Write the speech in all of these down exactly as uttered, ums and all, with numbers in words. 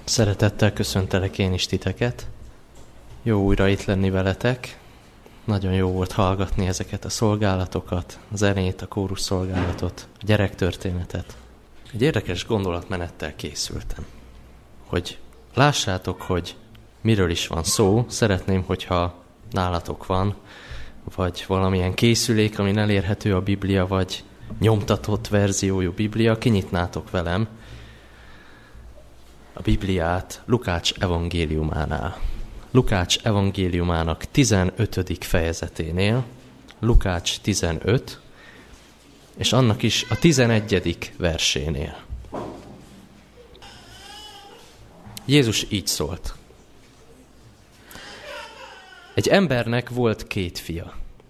Szeretettel köszöntelek én is titeket. Jó újra itt lenni veletek. Nagyon jó volt hallgatni ezeket a szolgálatokat, a zenét, a kórus szolgálatot, a gyerektörténetet. Egy érdekes gondolatmenettel készültem. Hogy lássátok, hogy miről is van szó, szeretném, hogyha nálatok van, vagy valamilyen készülék, amin elérhető a Biblia, vagy nyomtatott verziójú Biblia, kinyitnátok velem a Bibliát Lukács evangéliumánál. Lukács evangéliumának tizenötödik fejezeténél, Lukács tizenöt, és annak is a tizenegyedik versénél. Jézus így szólt. Egy embernek volt két fia.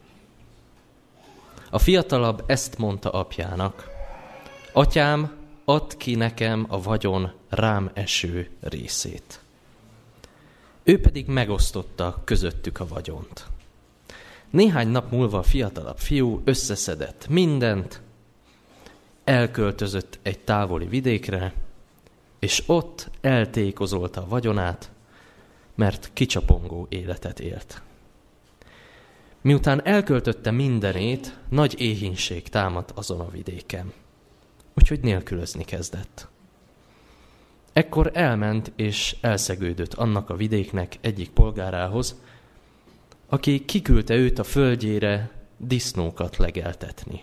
A fiatalabb ezt mondta apjának: Atyám, add ki nekem a vagyon rám eső részét. Ő pedig megosztotta közöttük a vagyont. Néhány nap múlva a fiatalabb fiú összeszedett mindent, elköltözött egy távoli vidékre, és ott eltékozolta a vagyonát, mert kicsapongó életet élt. Miután elköltötte mindenét, nagy éhínség támadt azon a vidéken, úgyhogy nélkülözni kezdett. Ekkor elment és elszegődött annak a vidéknek egyik polgárához, aki kiküldte őt a földjére disznókat legeltetni.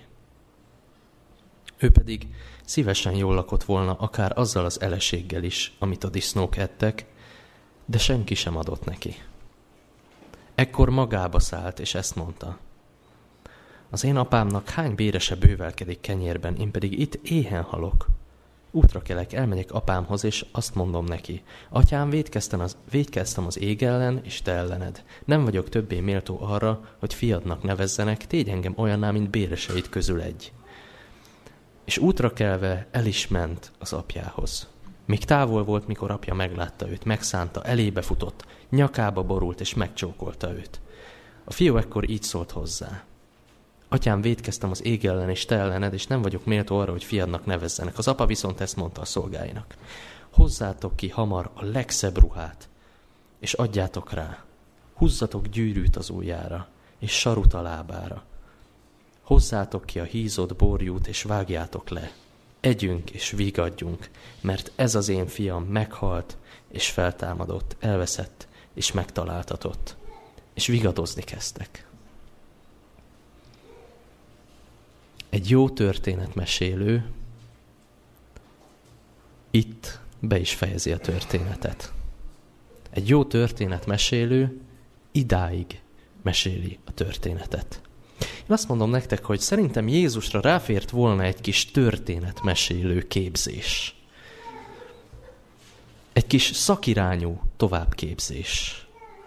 Ő pedig szívesen jól lakott volna akár azzal az eleséggel is, amit a disznók ettek, de senki sem adott neki. Ekkor magába szállt, és ezt mondta: Az én apámnak hány bérese bővelkedik kenyérben, én pedig itt éhen halok. Útra kelek, elmegyek apámhoz, és azt mondom neki: Atyám, vétkeztem az, vétkeztem az ég ellen, és te ellened. Nem vagyok többé méltó arra, hogy fiadnak nevezzenek, tégy engem olyanná, mint béreseid közül egy. És útra kelve el is ment az apjához. Még távol volt, mikor apja meglátta őt, megszánta, elébe futott, nyakába borult, és megcsókolta őt. A fiú ekkor így szólt hozzá: Atyám, vétkeztem az ég ellen, és te ellened, és nem vagyok méltó arra, hogy fiadnak nevezzenek. Az apa viszont ezt mondta a szolgáinak: Hozzátok ki hamar a legszebb ruhát, és adjátok rá. Húzzatok gyűrűt az ujjára, és sarut a lábára. Hozzátok ki a hízott borjút, és vágjátok le. Együnk és vigadjunk, mert ez az én fiam meghalt, és feltámadott, elveszett, és megtaláltatott. És vigadozni kezdtek. Egy jó történetmesélő itt be is fejezi a történetet. Egy jó történetmesélő idáig meséli a történetet. Én azt mondom nektek, hogy szerintem Jézusra ráfért volna egy kis történetmesélő képzés. Egy kis szakirányú továbbképzés.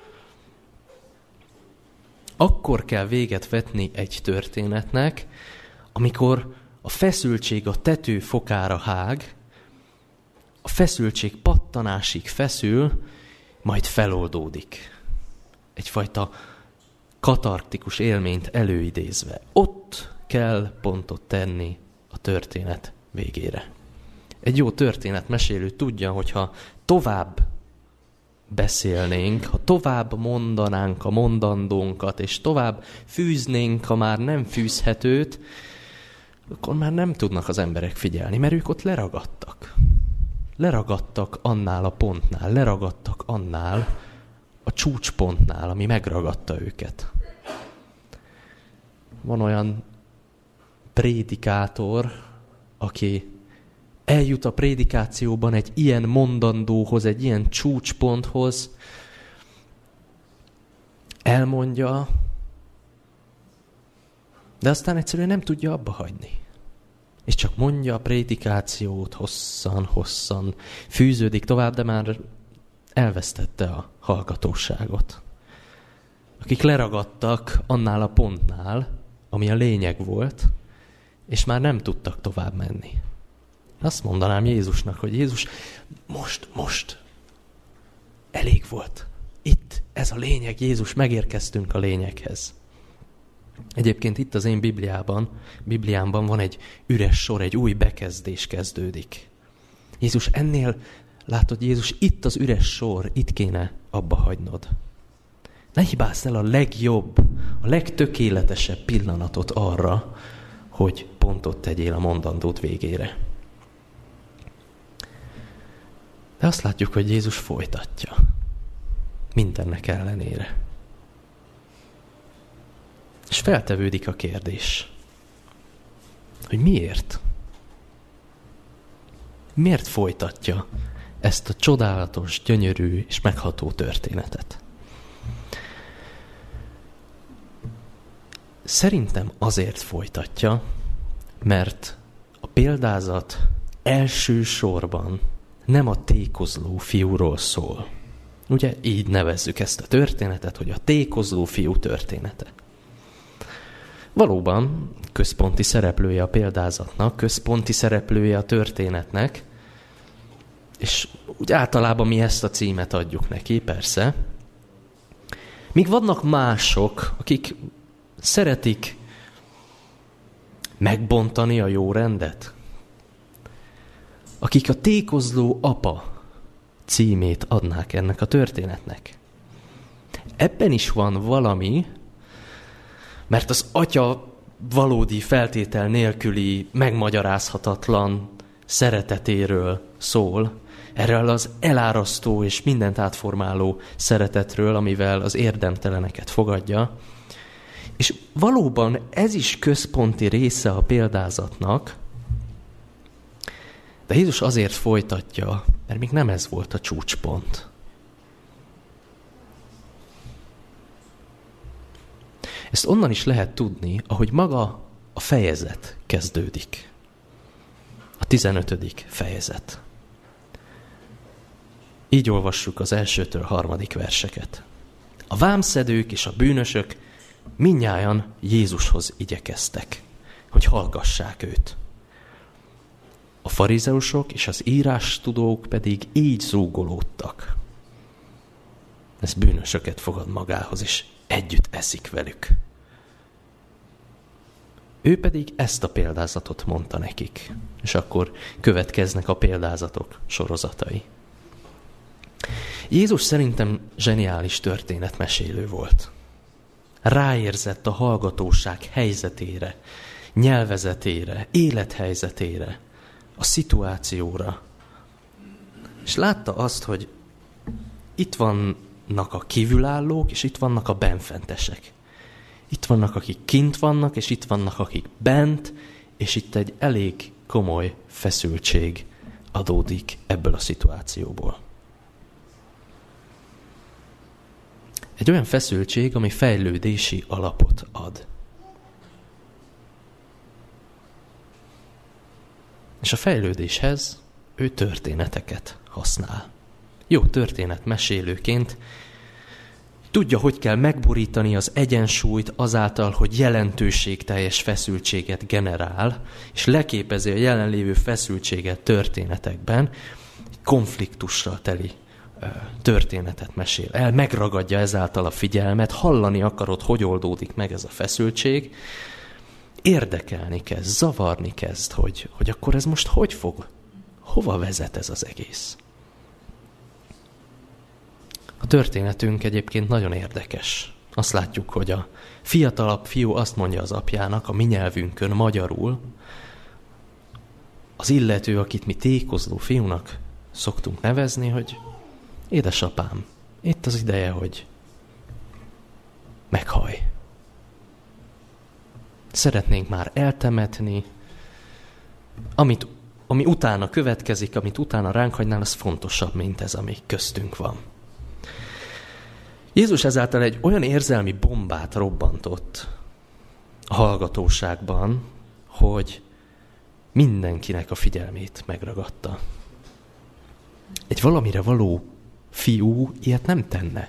Akkor kell véget vetni egy történetnek, amikor a feszültség a tető fokára hág, a feszültség pattanásig feszül, majd feloldódik. Egyfajta katartikus élményt előidézve. Ott kell pontot tenni a történet végére. Egy jó történetmesélő tudja, hogyha tovább beszélnénk, ha tovább mondanánk a mondandónkat, és tovább fűznénk a már nem fűzhetőt, akkor már nem tudnak az emberek figyelni, mert ők ott leragadtak. Leragadtak annál a pontnál, leragadtak annál a csúcspontnál, ami megragadta őket. Van olyan prédikátor, aki eljut a prédikációban egy ilyen mondandóhoz, egy ilyen csúcsponthoz, elmondja, de aztán egyszerűen nem tudja abba hagyni. És csak mondja a prédikációt hosszan-hosszan, fűződik tovább, de már elvesztette a hallgatóságot. Akik leragadtak annál a pontnál, ami a lényeg volt, és már nem tudtak tovább menni. Azt mondanám Jézusnak, hogy Jézus, most, most, elég volt. Itt, ez a lényeg, Jézus, megérkeztünk a lényeghez. Egyébként itt az én Bibliában, Bibliámban van egy üres sor, egy új bekezdés kezdődik. Jézus ennél látod Jézus, itt az üres sor, itt kéne abba hagynod. Ne hibázz el a legjobb, a legtökéletesebb pillanatot arra, hogy pontot tegyél a mondandót végére. De azt látjuk, hogy Jézus folytatja. Mindennek ellenére. És feltevődik a kérdés, hogy miért? Miért folytatja ezt a csodálatos, gyönyörű és megható történetet? Szerintem azért folytatja, mert a példázat elsősorban nem a tékozló fiúról szól. Ugye így nevezzük ezt a történetet, hogy a tékozló fiú története. Valóban központi szereplője a példázatnak, központi szereplője a történetnek, és úgy általában mi ezt a címet adjuk neki, persze. Míg vannak mások, akik szeretik megbontani a jó rendet, akik a tékozló apa címét adnák ennek a történetnek. Ebben is van valami, mert az atya valódi feltétel nélküli, megmagyarázhatatlan szeretetéről szól, erről az elárasztó és mindent átformáló szeretetről, amivel az érdemteleneket fogadja. És valóban ez is központi része a példázatnak, de Jézus azért folytatja, mert még nem ez volt a csúcspont. Ezt onnan is lehet tudni, ahogy maga a fejezet kezdődik. A tizenötödik fejezet. Így olvassuk az elsőtől harmadik verseket. A vámszedők és a bűnösök mindnyájan Jézushoz igyekeztek, hogy hallgassák őt. A farizeusok és az írástudók pedig így zúgolódtak. Ez bűnösöket fogad magához, és együtt eszik velük. Ő pedig ezt a példázatot mondta nekik, és akkor következnek a példázatok sorozatai. Jézus szerintem zseniális történetmesélő volt. Ráérzett a hallgatóság helyzetére, nyelvezetére, élethelyzetére, a szituációra. És látta azt, hogy itt vannak a kívülállók, és itt vannak a benfentesek. Itt vannak, akik kint vannak, és itt vannak, akik bent, és itt egy elég komoly feszültség adódik ebből a szituációból. Egy olyan feszültség, ami fejlődési alapot ad. És a fejlődéshez ő történeteket használ. Jó történetmesélőként tudja, hogy kell megborítani az egyensúlyt azáltal, hogy jelentőségteljes feszültséget generál, és leképezi a jelenlévő feszültséget történetekben, egy konfliktussal teli történetet mesél el, megragadja ezáltal a figyelmet, hallani akarod, hogy oldódik meg ez a feszültség, érdekelni kezd, zavarni kezd, hogy, hogy akkor ez most hogy fog, hova vezet ez az egész. A történetünk egyébként nagyon érdekes. Azt látjuk, hogy a fiatalabb fiú azt mondja az apjának, a mi nyelvünkön magyarul, az illető, akit mi tékozló fiúnak szoktunk nevezni, hogy édesapám, itt az ideje, hogy meghallj. Szeretnénk már eltemetni, amit, ami utána következik, amit utána ránk hagynál, az fontosabb, mint ez, ami köztünk van. Jézus ezáltal egy olyan érzelmi bombát robbantott a hallgatóságban, hogy mindenkinek a figyelmét megragadta. Egy valamire való fiú ilyet nem tenne.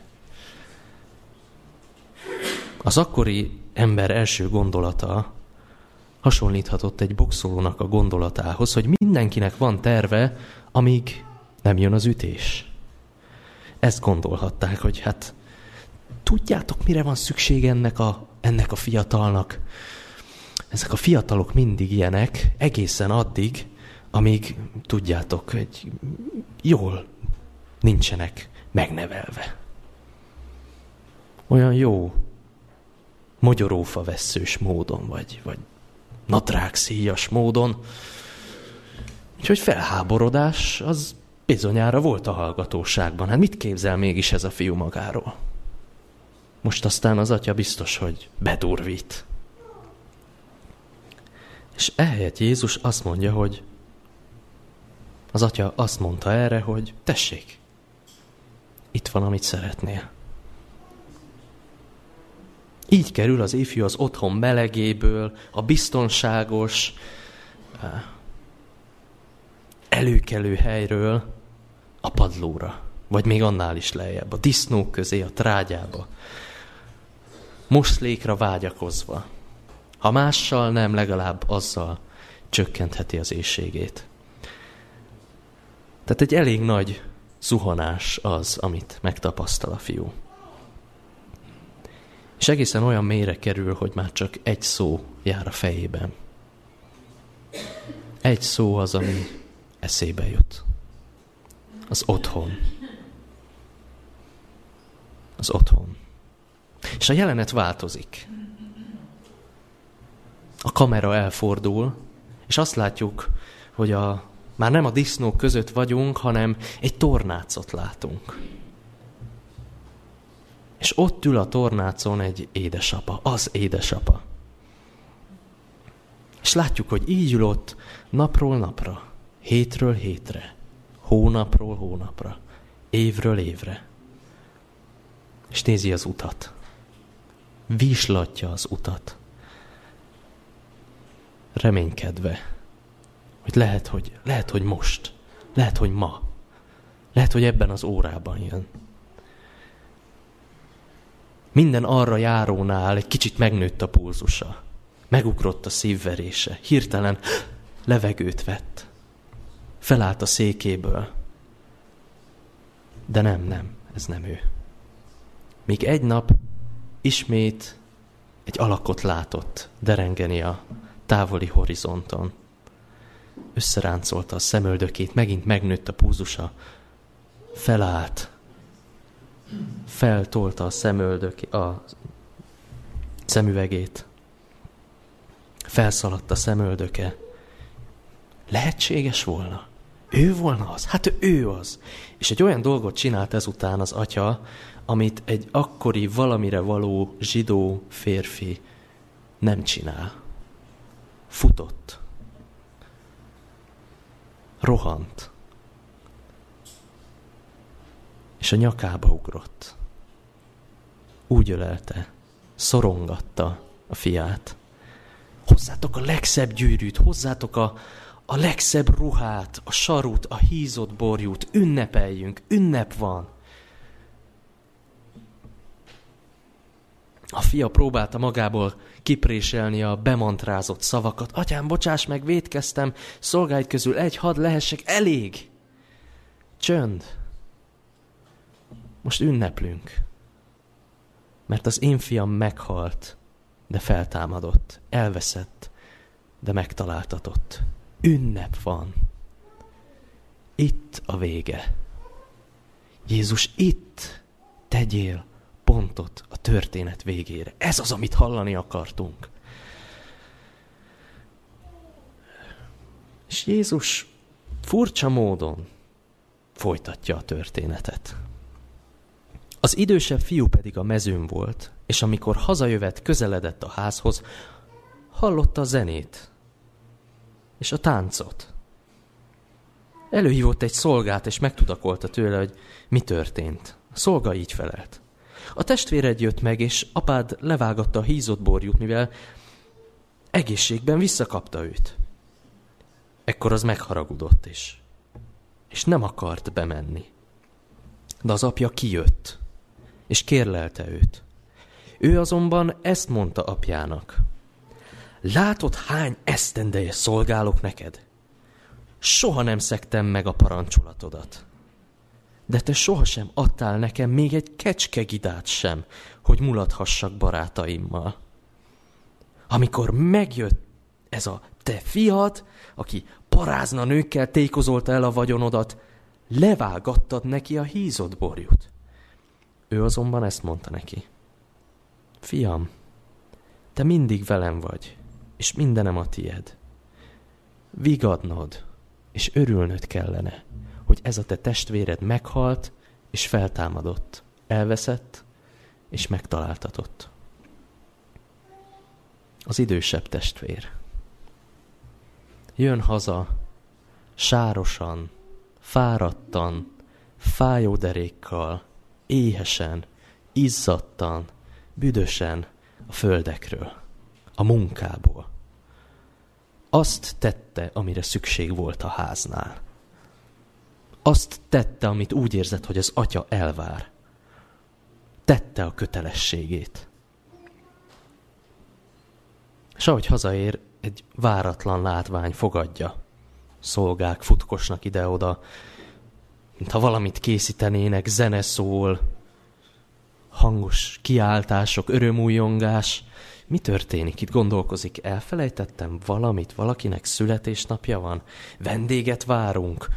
Az akkori ember első gondolata hasonlíthatott egy boxolónak a gondolatához, hogy mindenkinek van terve, amíg nem jön az ütés. Ezt gondolhatták, hogy hát tudjátok, mire van szükség ennek a, ennek a fiatalnak? Ezek a fiatalok mindig ilyenek, egészen addig, amíg, tudjátok, egy jól nincsenek megnevelve. Olyan jó, mogyorófa vesszős módon, vagy, vagy nadrágszíjas módon. Úgyhogy felháborodás az bizonyára volt a hallgatóságban. Hát mit képzel mégis ez a fiú magáról? Most aztán az atya biztos, hogy bedurvít. És ehelyett Jézus azt mondja, hogy az atya azt mondta erre, hogy tessék, itt van, amit szeretnél. Így kerül az ifjú az otthon melegéből, a biztonságos, előkelő helyről a padlóra, vagy még annál is lejjebb, a disznók közé, a trágyába, moszlékra vágyakozva. Ha mással nem, legalább azzal csökkentheti az éhségét. Tehát egy elég nagy zuhanás az, amit megtapasztal a fiú. És egészen olyan mélyre kerül, hogy már csak egy szó jár a fejében. Egy szó az, ami eszébe jut. Az otthon. Az otthon. És a jelenet változik. A kamera elfordul, és azt látjuk, hogy a, már nem a disznók között vagyunk, hanem egy tornácot látunk. És ott ül a tornácon egy édesapa, az édesapa. És látjuk, hogy így ül ott napról napra, hétről hétre, hónapról hónapra, évről évre. És nézi az utat. Víslatja az utat. Reménykedve, hogy lehet, hogy lehet, hogy most, lehet, hogy ma, lehet, hogy ebben az órában jön. Minden arra járónál egy kicsit megnőtt a pulzusa. Megugrott a szívverése. Hirtelen levegőt vett. Felállt a székéből. De nem, nem, ez nem ő. Míg egy nap ismét egy alakot látott derengeni a távoli horizonton. Összeráncolta a szemöldökét, megint megnőtt a pulzusa. Felállt. Feltolta a szemöldökét, a szemüvegét. Felszaladt a szemöldöke. Lehetséges volna? Ő volna az? Hát ő az. És egy olyan dolgot csinált ezután az atya, amit egy akkori valamire való zsidó férfi nem csinál. Futott. Rohant. És a nyakába ugrott. Úgy ölelte, szorongatta a fiát. Hozzátok a legszebb gyűrűt, hozzátok a, a legszebb ruhát, a sarut, a hízott borjút, ünnepeljünk, ünnep van. A fia próbálta magából kipréselni a bemantrázott szavakat. Atyám, bocsáss meg, vétkeztem, szolgáid közül egy hadd lehessek, elég. Csönd. Most ünneplünk. Mert az én fiam meghalt, de feltámadott. Elveszett, de megtaláltatott. Ünnep van. Itt a vége. Jézus, itt tegyél pontot a történet végére. Ez az, amit hallani akartunk. És Jézus furcsa módon folytatja a történetet. Az idősebb fiú pedig a mezőn volt, és amikor hazajövet, közeledett a házhoz, hallotta a zenét és a táncot. Előhívott egy szolgát, és megtudakolta tőle, hogy mi történt. A szolga így felelt. A testvéred jött meg, és apád levágatta a hízott borjút, mivel egészségben visszakapta őt. Ekkor az megharagudott is, és nem akart bemenni. De az apja kijött, és kérlelte őt. Ő azonban ezt mondta apjának. Látod, hány esztendeje szolgálok neked? Soha nem szegtem meg a parancsolatodat. De te sohasem adtál nekem még egy kecskegidát sem, hogy mulathassak barátaimmal. Amikor megjött ez a te fiad, aki parázna nőkkel tékozolta el a vagyonodat, levágattad neki a hízott borjút. Ő azonban ezt mondta neki. Fiam, te mindig velem vagy, és mindenem a tied. Vigadnod, és örülnöd kellene, hogy ez a te testvéred meghalt, és feltámadott, elveszett, és megtaláltatott. Az idősebb testvér jön haza, sárosan, fáradtan, fájó derékkal, éhesen, izzadtan, büdösen a földekről, a munkából. Azt tette, amire szükség volt a háznál. Azt tette, amit úgy érzett, hogy az atya elvár. Tette a kötelességét. És ahogy hazaér, egy váratlan látvány fogadja. Szolgák futkosnak ide-oda, mintha valamit készítenének, zene szól, hangos kiáltások, örömújongás. Mi történik? Itt gondolkozik, elfelejtettem valamit, valakinek születésnapja van, vendéget várunk.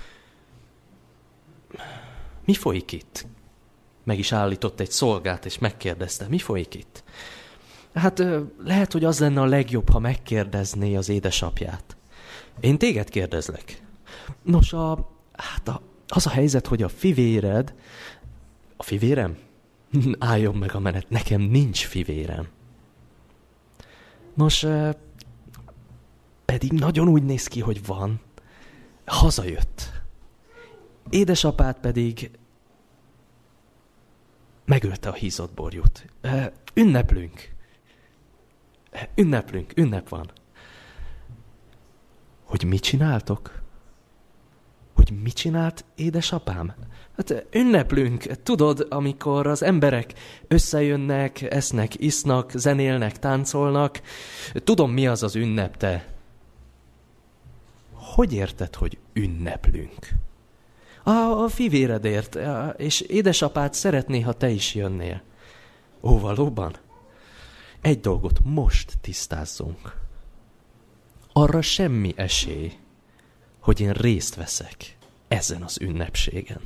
Mi folyik itt? Meg is állított egy szolgát, és megkérdezte, mi folyik itt? Hát lehet, hogy az lenne a legjobb, ha megkérdezné az édesapját. Én téged kérdezlek. Nos, a, hát a, az a helyzet, hogy a fivéred... A fivérem? Álljon meg a menet, nekem nincs fivérem. Nos, pedig nagyon úgy néz ki, hogy van. Hazajött. Édesapát pedig megölte a hízott borjút. Ünneplünk. Ünneplünk, ünnep van. Hogy mit csináltok? Hogy mit csinált édesapám? Hát ünneplünk, tudod, amikor az emberek összejönnek, esznek, isznak, zenélnek, táncolnak. Tudom, mi az az ünnep, te. Hogy érted, hogy ünneplünk? A, a fivéredért, és édesapát szeretné, ha te is jönnél. Ó, valóban? Egy dolgot most tisztázzunk. Arra semmi esély, hogy én részt veszek ezen az ünnepségen.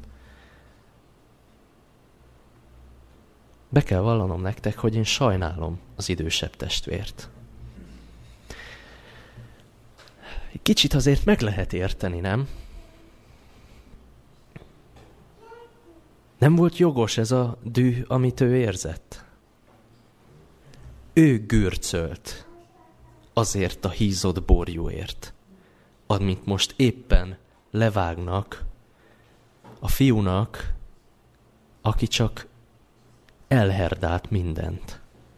Be kell vallanom nektek, hogy én sajnálom az idősebb testvért. Kicsit azért meg lehet érteni, nem? Nem volt jogos ez a düh, amit ő érzett? Ő gürcölt azért a hízott borjúért, amit most éppen levágnak a fiúnak, aki csak elherdált mindent.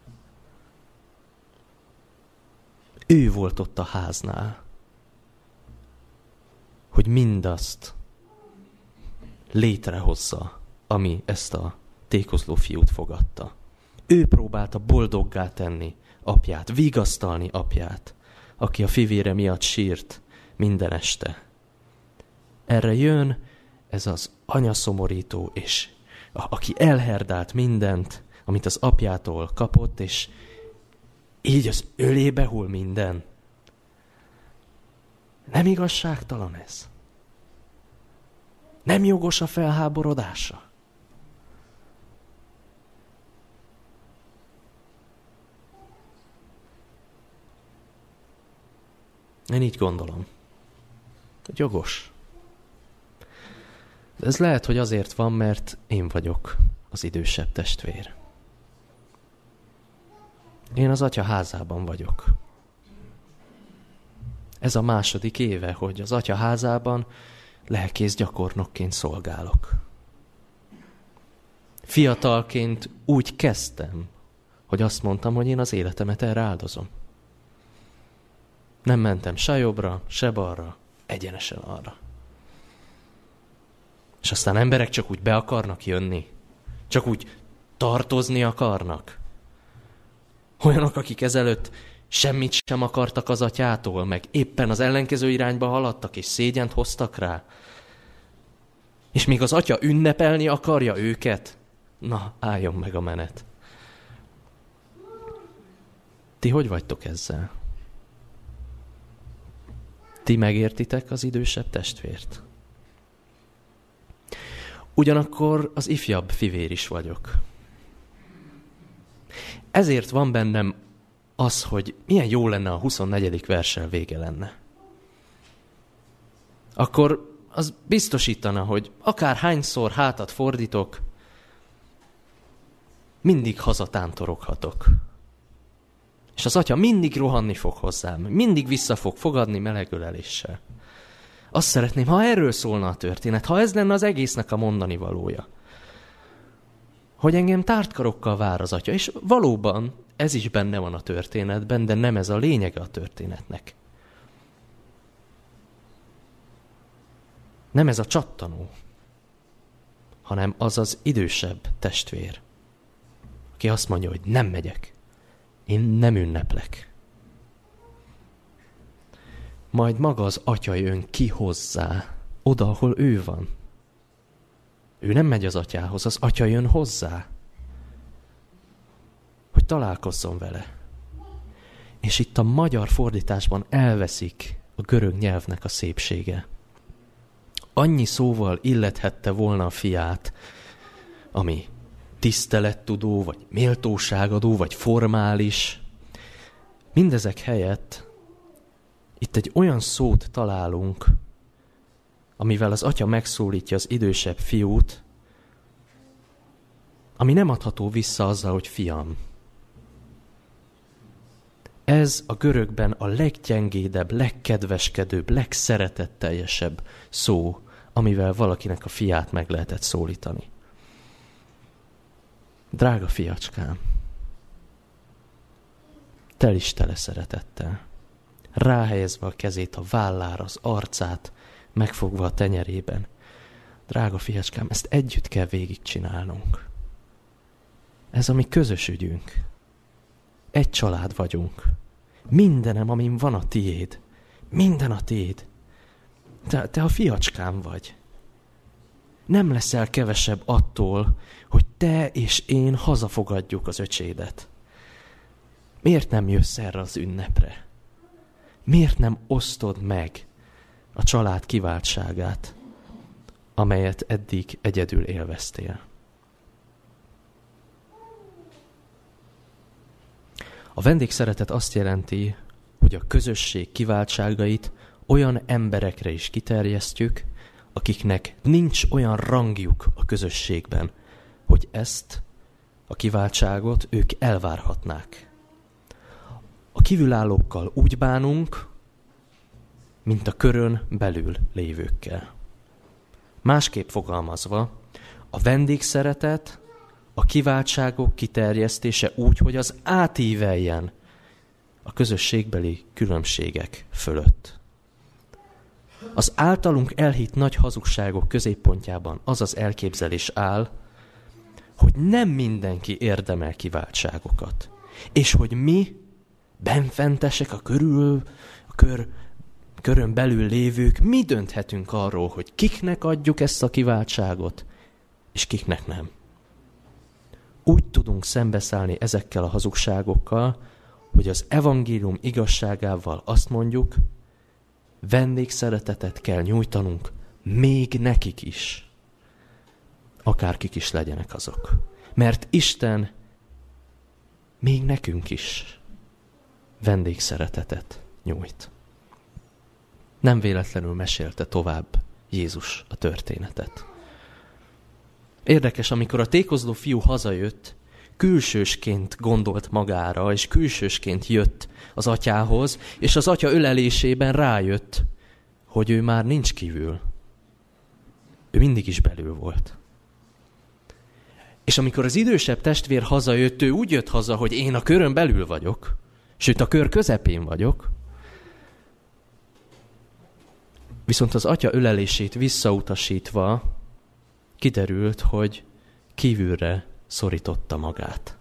Ő volt ott a háznál, hogy mindazt létrehozza, ami ezt a tékozló fiút fogadta. Ő próbálta boldoggá tenni apját, vigasztalni apját, aki a fivére miatt sírt minden este. Erre jön ez az anyaszomorító, és a, aki elherdált mindent, amit az apjától kapott, és így az ölébe hull minden. Nem igazságtalan ez? Nem jogos a felháborodása? Én így gondolom. Hogy jogos. De ez lehet, hogy azért van, mert én vagyok az idősebb testvér. Én az atya házában vagyok. Ez a második éve, hogy az atya házában lelkész gyakornokként szolgálok. Fiatalként úgy kezdtem, hogy azt mondtam, hogy én az életemet erre áldozom. Nem mentem se jobbra, se balra, egyenesen arra. És aztán emberek csak úgy be akarnak jönni. Csak úgy tartozni akarnak. Olyanok, akik ezelőtt semmit sem akartak az atyától, meg éppen az ellenkező irányba haladtak, és szégyent hoztak rá. És még az atya ünnepelni akarja őket? Na, álljon meg a menet. Ti hogy vagytok ezzel? Ti megértitek az idősebb testvért? Ugyanakkor az ifjabb fivér is vagyok. Ezért van bennem az, hogy milyen jó lenne, a huszonnegyedik verssel vége lenne. Akkor az biztosítana, hogy akár hányszor hátat fordítok, mindig hazatántoroghatok. És az atya mindig rohanni fog hozzám, mindig vissza fog fogadni melegöleléssel. Azt szeretném, ha erről szólna a történet, ha ez lenne az egésznek a mondani valója. Hogy engem tártkarokkal vár az atya, és valóban ez is benne van a történetben, de nem ez a lényege a történetnek. Nem ez a csattanó, hanem az az idősebb testvér, aki azt mondja, hogy nem megyek, én nem ünneplek. Majd maga az atya jön ki hozzá, oda, ahol ő van. Ő nem megy az atyához, az atya jön hozzá, hogy találkozzon vele. És itt a magyar fordításban elveszik a görög nyelvnek a szépsége. Annyi szóval illethette volna a fiát, ami tisztelettudó, vagy méltóságadó, vagy formális. Mindezek helyett itt egy olyan szót találunk, amivel az atya megszólítja az idősebb fiút, ami nem adható vissza azzal, hogy fiam. Ez a görögben a leggyengédebb, legkedveskedőbb, legszeretetteljesebb szó, amivel valakinek a fiát meg lehetett szólítani. Drága fiacskám, tel is tele szeretettel, ráhelyezve a kezét a vállára, az arcát, megfogva a tenyerében. Drága fiacskám, ezt együtt kell végigcsinálnunk. Ez a mi közös ügyünk. Egy család vagyunk. Mindenem, amin van, a tiéd. Minden a tiéd. Te, te a fiacskám vagy. Nem leszel kevesebb attól, hogy te és én hazafogadjuk az öcsédet. Miért nem jössz erre az ünnepre? Miért nem osztod meg a család kiváltságát, amelyet eddig egyedül élveztél? A vendégszeretet azt jelenti, hogy a közösség kiváltságait olyan emberekre is kiterjesztjük, akiknek nincs olyan rangjuk a közösségben, hogy ezt a kiváltságot ők elvárhatnák. A kívülállókkal úgy bánunk, mint a körön belül lévőkkel. Másképp fogalmazva, a vendégszeretet, a kiváltságok kiterjesztése úgy, hogy az átíveljen a közösségbeli különbségek fölött. Az általunk elhitt nagy hazugságok középpontjában az az elképzelés áll, hogy nem mindenki érdemel kiváltságokat, és hogy mi, benfentesek, a körül, a kör, körön belül lévők, mi dönthetünk arról, hogy kiknek adjuk ezt a kiváltságot, és kiknek nem. Úgy tudunk szembeszállni ezekkel a hazugságokkal, hogy az evangélium igazságával azt mondjuk, vendégszeretetet kell nyújtanunk még nekik is, akárkik is legyenek azok. Mert Isten még nekünk is vendégszeretetet nyújt. Nem véletlenül mesélte tovább Jézus a történetet. Érdekes, amikor a tékozló fiú hazajött, külsősként gondolt magára, és külsősként jött az atyához, és az atya ölelésében rájött, hogy ő már nincs kívül. Ő mindig is belül volt. És amikor az idősebb testvér hazajött, ő úgy jött haza, hogy én a körön belül vagyok, sőt a kör közepén vagyok, viszont az atya ölelését visszautasítva kiderült, hogy kívülre szorította magát.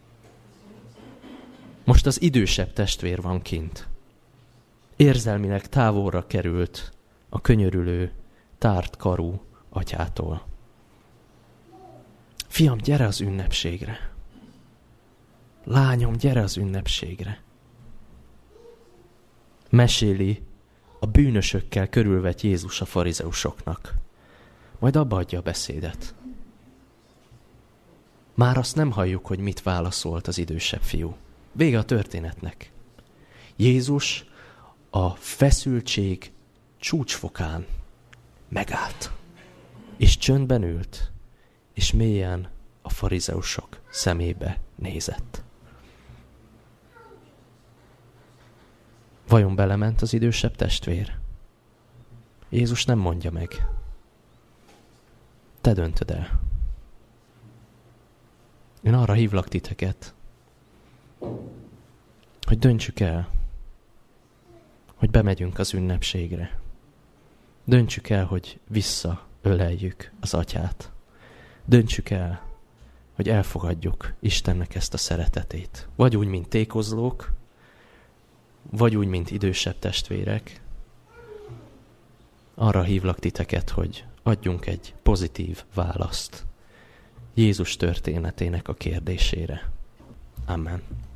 Most az idősebb testvér van kint. Érzelmileg távolra került a könyörülő, tárt karú atyától. Fiam, gyere az ünnepségre! Lányom, gyere az ünnepségre! Meséli a bűnösökkel körülvett Jézus a farizeusoknak. majd abba adja a beszédet. Már azt nem halljuk, hogy mit válaszolt az idősebb fiú. Vége a történetnek. Jézus a feszültség csúcsfokán megállt, és csöndben ült, és mélyen a farizeusok szemébe nézett. Vajon belement az idősebb testvér? Jézus nem mondja meg. Te döntöd el. Én arra hívlak titeket, hogy döntsük el, hogy bemegyünk az ünnepségre. Döntsük el, hogy visszaöleljük az Atyát. Döntsük el, hogy elfogadjuk Istennek ezt a szeretetét. Vagy úgy, mint tékozlók, vagy úgy, mint idősebb testvérek. Arra hívlak titeket, hogy adjunk egy pozitív választ Jézus történetének a kérdésére. Amen.